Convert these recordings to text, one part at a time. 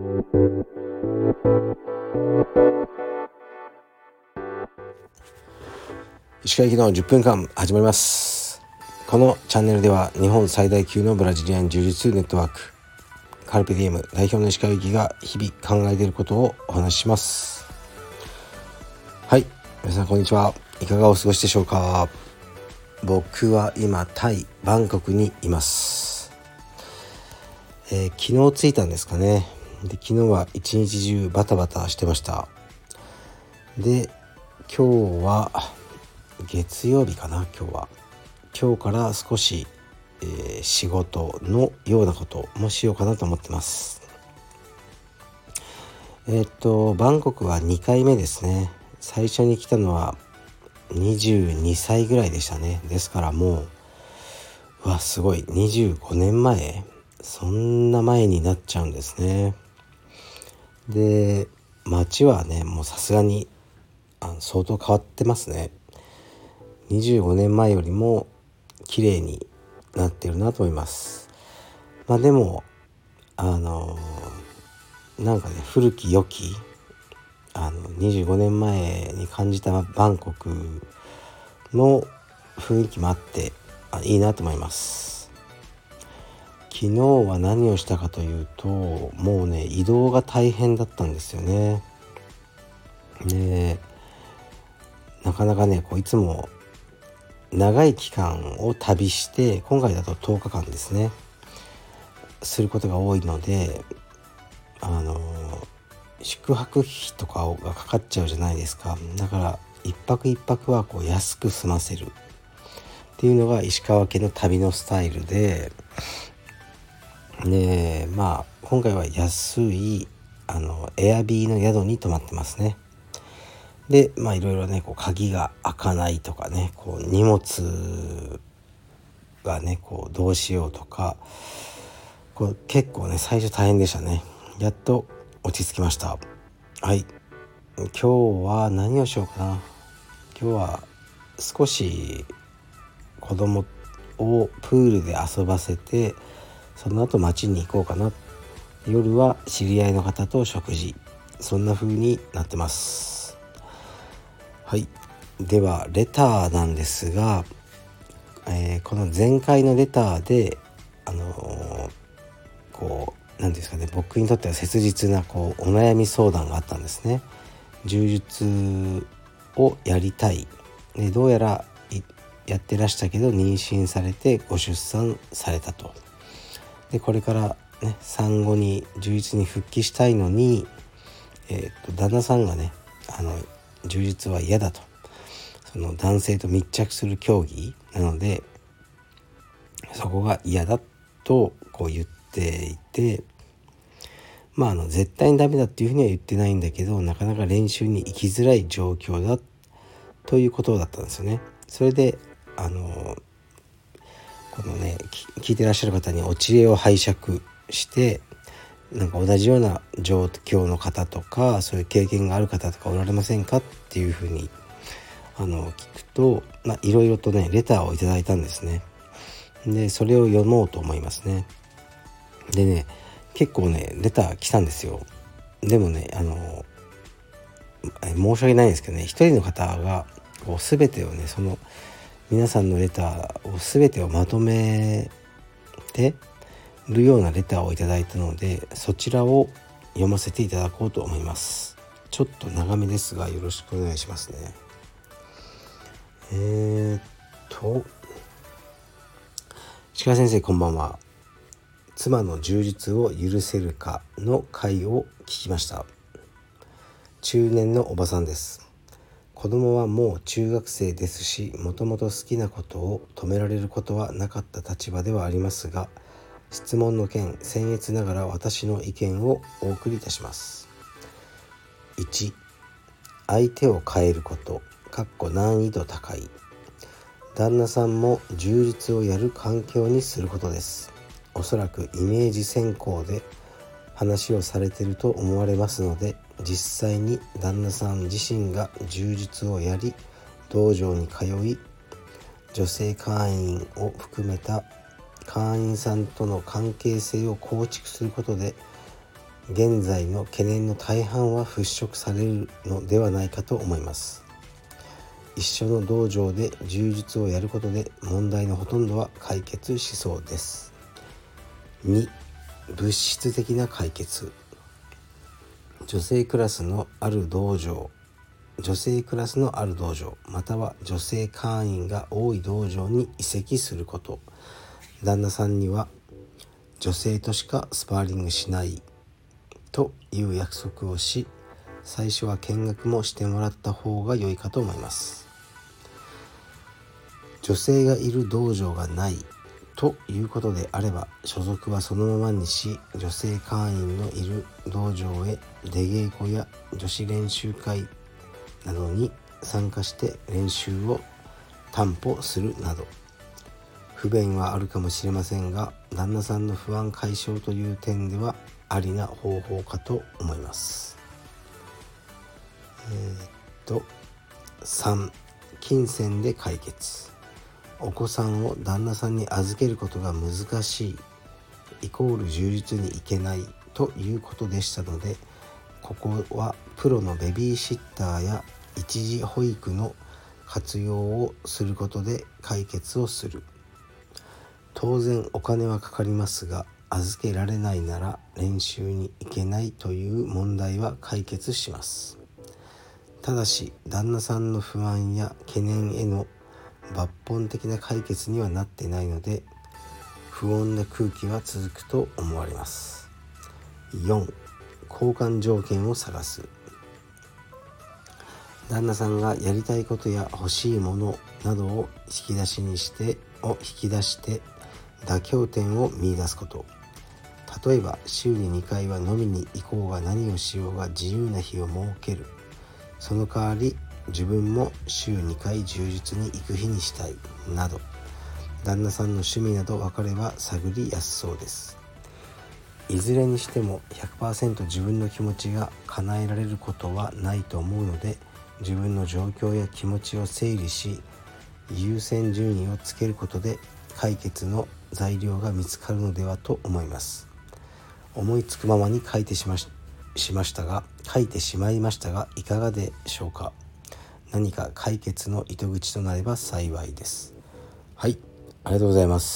石川行きの10分間始まります。このチャンネルでは日本最大級のブラジリアン柔術ネットワークカルペディエム代表の石川行きが日々考えていることをお話しします。はい、皆さんこんにちは。いかがお過ごしでしょうか。僕は今タイバンコクにいます。昨日着いたんですかね。で昨日は一日中バタバタしてました。で今日は月曜日かな。今日から少し、仕事のようなこともしようかなと思ってます。バンコクは2回目ですね。最初に来たのは22歳ぐらいでしたね。ですからもうすごい25年前、そんな前になっちゃうんですね。で街はねもうさすがに相当変わってますね。25年前よりも綺麗になってるなと思います。でもなんかね古き良き25年前に感じたバンコクの雰囲気もあっていいなと思います。昨日は何をしたかというと、もうね移動が大変だったんですよね。でなかなかねいつも長い期間を旅して、今回だと10日間ですねすることが多いので、宿泊費とかがかかっちゃうじゃないですか。だから一泊一泊は安く済ませるっていうのが石川家の旅のスタイルで、今回は安いエアビーの宿に泊まってますね。でいろいろね鍵が開かないとかね、荷物がねどうしようとか、結構ね最初大変でしたね。やっと落ち着きました。はい、今日は何をしようかな。今日は少し子供をプールで遊ばせて、その後街に行こうかな。夜は知り合いの方と食事、そんな風になってます。はい、ではレターなんですが、この前回のレターで何ですかね、僕にとっては切実なお悩み相談があったんですね。柔術をやりたい、どうやらやってらしたけど妊娠されてご出産されたと。でこれからね産後に柔術に復帰したいのに、旦那さんがね柔術は嫌だと。その男性と密着する競技なのでそこが嫌だと言っていて、絶対にダメだっていうふうには言ってないんだけど、なかなか練習に行きづらい状況だということだったんですよね。それでこのね聞いてらっしゃる方にお知恵を拝借して、なんか同じような状況の方とかそういう経験がある方とかおられませんかっていうふうに聞くと、いろいろとねレターをいただいたんですね。でそれを読もうと思いますね。でね結構ねレター来たんですよ。でもね申し訳ないんですけどね、一人の方が全てをねその皆さんのレターを全てをまとめてるようなレターをいただいたので、そちらを読ませていただこうと思います。ちょっと長めですがよろしくお願いしますね。鹿先生こんばんは。妻の充実を許せるかの回を聞きました。中年のおばさんです。子供はもう中学生ですし、もともと好きなことを止められることはなかった立場ではありますが、質問の件、僭越ながら私の意見をお送りいたします。1、相手を変えること、難易度高い。旦那さんも充実をやる環境にすることです。おそらくイメージ先行で話をされていると思われますので、実際に旦那さん自身が柔術をやり、道場に通い、女性会員を含めた会員さんとの関係性を構築することで、 現在の懸念の大半は払拭されるのではないかと思います。一緒の道場で柔術をやることで問題のほとんどは解決しそうです。2、物質的な解決。女性クラスのある道場または女性会員が多い道場に移籍すること。旦那さんには女性としかスパーリングしないという約束をし、最初は見学もしてもらった方が良いかと思います。女性がいる道場がないということであれば、所属はそのままにし、女性会員のいる道場へ出稽古や女子練習会などに参加して練習を担保するなど、不便はあるかもしれませんが、旦那さんの不安解消という点ではありな方法かと思います。3、金銭で解決。お子さんを旦那さんに預けることが難しいイコール充実に行けないということでしたので、ここはプロのベビーシッターや一時保育の活用をすることで解決をする。当然お金はかかりますが、預けられないなら練習に行けないという問題は解決します。ただし旦那さんの不安や懸念への抜本的な解決にはなっていないので、不穏な空気は続くと思われます。4、交換条件を探す。旦那さんがやりたいことや欲しいものなどを引き出して妥協点を見出すこと。例えば週に2回は飲みに行こうが何をしようが自由な日を設ける。その代わり自分も週2回柔術に行く日にしたいなど、旦那さんの趣味など分かれば探りやすそうです。いずれにしても 100% 自分の気持ちが叶えられることはないと思うので、自分の状況や気持ちを整理し、優先順位をつけることで解決の材料が見つかるのではと思います。思いつくままに書いてしまいましたがいかがでしょうか。何か解決の糸口となれば幸いです。はい、ありがとうございます。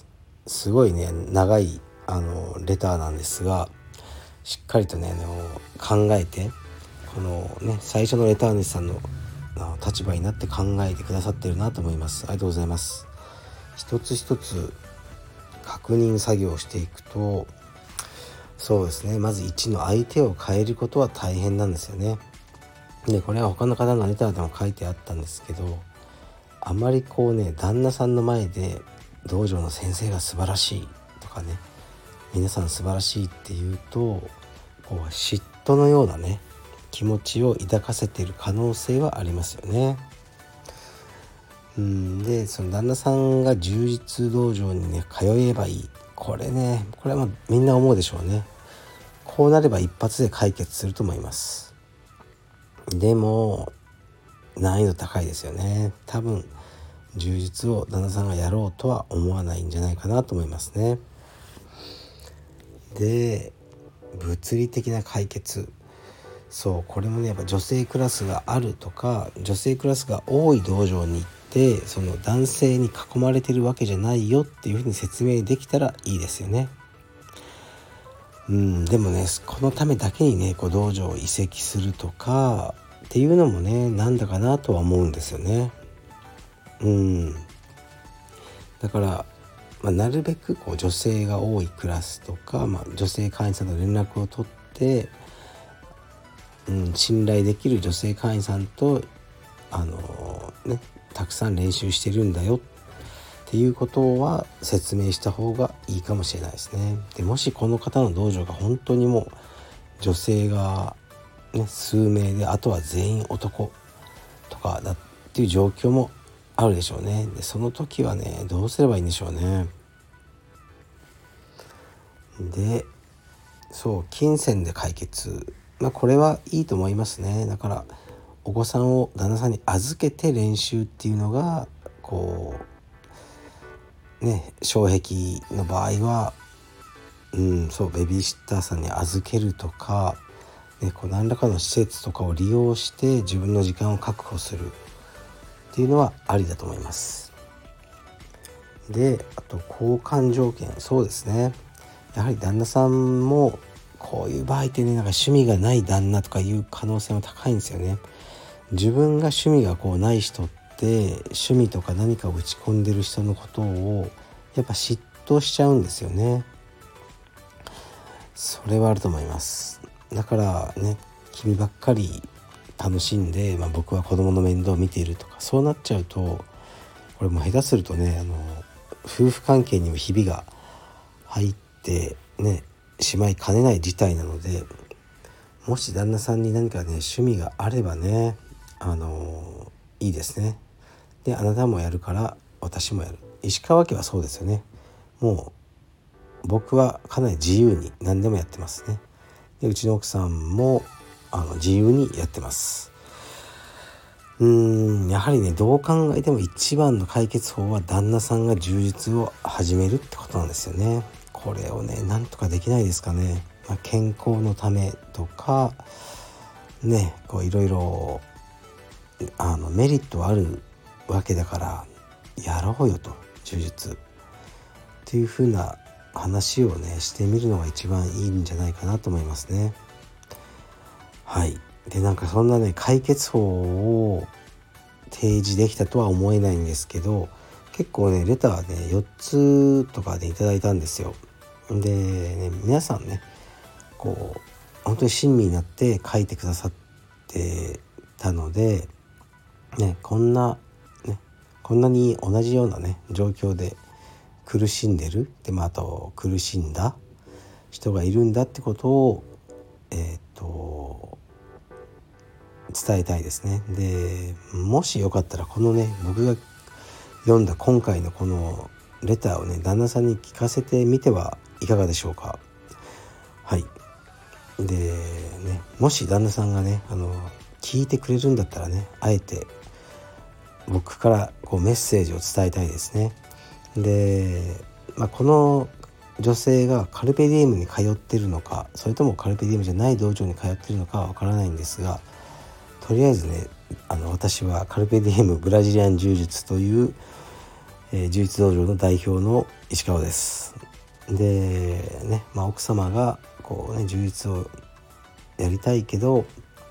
すごいね長いレターなんですが、しっかりとね考えて、このね最初のレター主さんの立場になって考えてくださってるなと思います。ありがとうございます。一つ一つ確認作業をしていくと、そうですね、まず1の相手を変えることは大変なんですよね。でこれは他の方のレターでも書いてあったんですけど、あまり旦那さんの前で道場の先生が素晴らしいとかね、皆さん素晴らしいっていうと嫉妬のようなね気持ちを抱かせている可能性はありますよね。でその旦那さんが柔術道場にね通えばいい、これはみんな思うでしょうね。こうなれば一発で解決すると思います。でも難易度高いですよね。多分柔術を旦那さんがやろうとは思わないんじゃないかなと思いますね。で物理的な解決、これもねやっぱ女性クラスがあるとか女性クラスが多い道場に行って、その男性に囲まれてるわけじゃないよっていうふうに説明できたらいいですよね。でもねこのためだけにね道場を移籍するとかっていうのもねなんだかなとは思うんですよね。だから、なるべく女性が多いクラスとか、女性会員さんと連絡を取って、信頼できる女性会員さんとたくさん練習してるんだよっていうことは説明した方がいいかもしれないですね。でもしこの方の道場が本当にもう女性が、数名であとは全員男とかだっていう状況もあるでしょうね。でその時はねどうすればいいんでしょうね。で金銭で解決、これはいいと思いますね。だからお子さんを旦那さんに預けて練習っていうのが障壁の場合はそうベビーシッターさんに預けるとか、ね、こう何らかの施設とかを利用して自分の時間を確保するっていうのはありだと思います。で、あと交換条件、そうですね、やはり旦那さんもこういう場合ってね、なんか趣味がない旦那とかいう可能性も高いんですよね。自分が趣味がこうない人って趣味とか何かを打ち込んでる人のことをやっぱ嫉妬しちゃうんですよね。それはあると思います。だからね、君ばっかり楽しんで、僕は子供の面倒を見ているとか、そうなっちゃうとこれも下手するとね、夫婦関係にもひびが入ってねしまいかねない事態なので、もし旦那さんに何かね趣味があればね、いいですね。で、あなたもやるから私もやる。石川家はそうですよね。もう僕はかなり自由に何でもやってますね。で、うちの奥さんも自由にやってます。やはりね、どう考えても一番の解決法は旦那さんが充実を始めるってことなんですよね。これをね、なんとかできないですかね。健康のためとかね、こういろいろメリットあるわけだからやろうよと、充実っていう風な話をねしてみるのが一番いいんじゃないかなと思いますね。はい。で、なんかそんなね解決法を提示できたとは思えないんですけど、結構ねレターね4つとかでいただいたんですよ。でね、皆さんねこう本当に親身になって書いてくださってたので、こんなに同じようなね状況で苦しんでる、で、あと苦しんだ人がいるんだってことを伝えたいですね。で、もしよかったらこのね僕が読んだ今回のこのレターをね旦那さんに聞かせてみてはいかがでしょうか。はい。でね、もし旦那さんがね聞いてくれるんだったらね、あえて僕からこうメッセージを伝えたいですね。で、この女性がカルペディエムに通ってるのか、それともカルペディエムじゃない道場に通ってるのかはわからないんですが、とりあえずね私はカルペディエムブラジリアン柔術という、柔術道場の代表の石川です。でね、奥様がこうね柔術をやりたいけど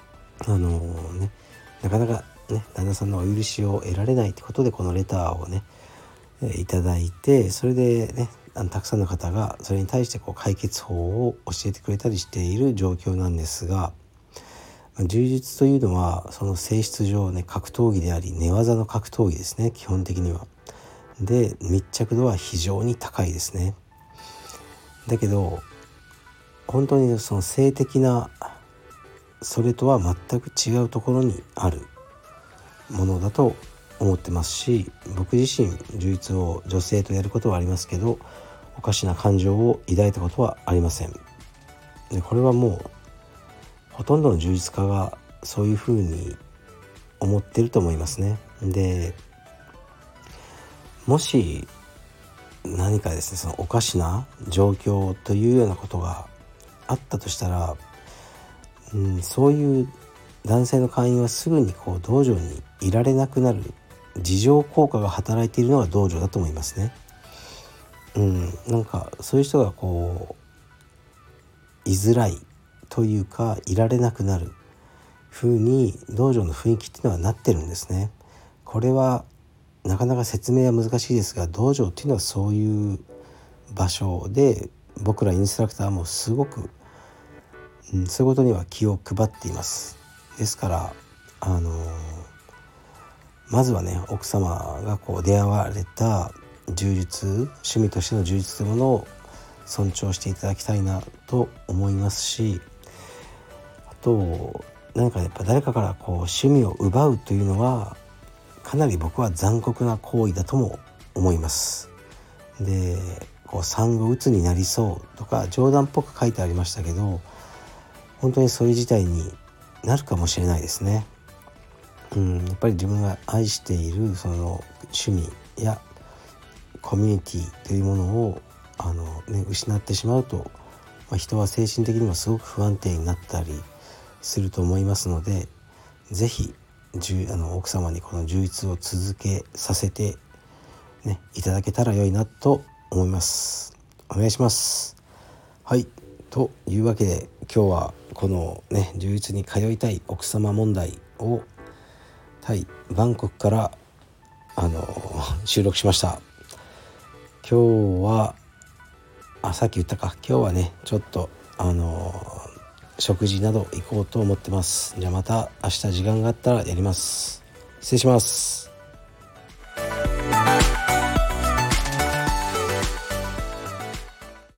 なかなかね旦那さんのお許しを得られないってことでこのレターをねいただいて、それでねたくさんの方がそれに対してこう解決法を教えてくれたりしている状況なんですが、柔術というのはその性質上ね格闘技であり寝技の格闘技ですね、基本的には。で、密着度は非常に高いですね。だけど本当にその性的なそれとは全く違うところにあるものだと思ってますし、僕自身柔術を女性とやることはありますけど、おかしな感情を抱いたことはありません。で、これはもうほとんどの柔術家がそういうふうに思ってると思いますね。で、もし何かですねそのおかしな状況というようなことがあったとしたら、そういう男性の会員はすぐにこう道場にいられなくなる自浄効果が働いているのが道場だと思いますね。なんかそういう人がこう居づらいというかいられなくなる風に道場の雰囲気っていうのはなってるんですね。これはなかなか説明は難しいですが、道場っていうのはそういう場所で僕らインストラクターもすごく、そういうことには気を配っています。ですからまずはね奥様がこう出会われた柔術、趣味としての柔術というものを尊重していただきたいなと思いますし、あと何かやっぱ誰かからこう趣味を奪うというのはかなり僕は残酷な行為だとも思います。で、こう産後うつになりそうとか冗談っぽく書いてありましたけど、本当にそういう事態になるかもしれないですね。やっぱり自分が愛しているその趣味やコミュニティというものを失ってしまうと、人は精神的にもすごく不安定になったりすると思いますので、ぜひ奥様にこの充実を続けさせて、いただけたら良いなと思います。お願いします。はい、というわけで今日はこの充実に通いたい奥様問題をタイバンコクから収録しました。今日はさっき言ったか、今日はちょっと食事など行こうと思ってます。じゃあまた明日時間があったらやります。失礼します。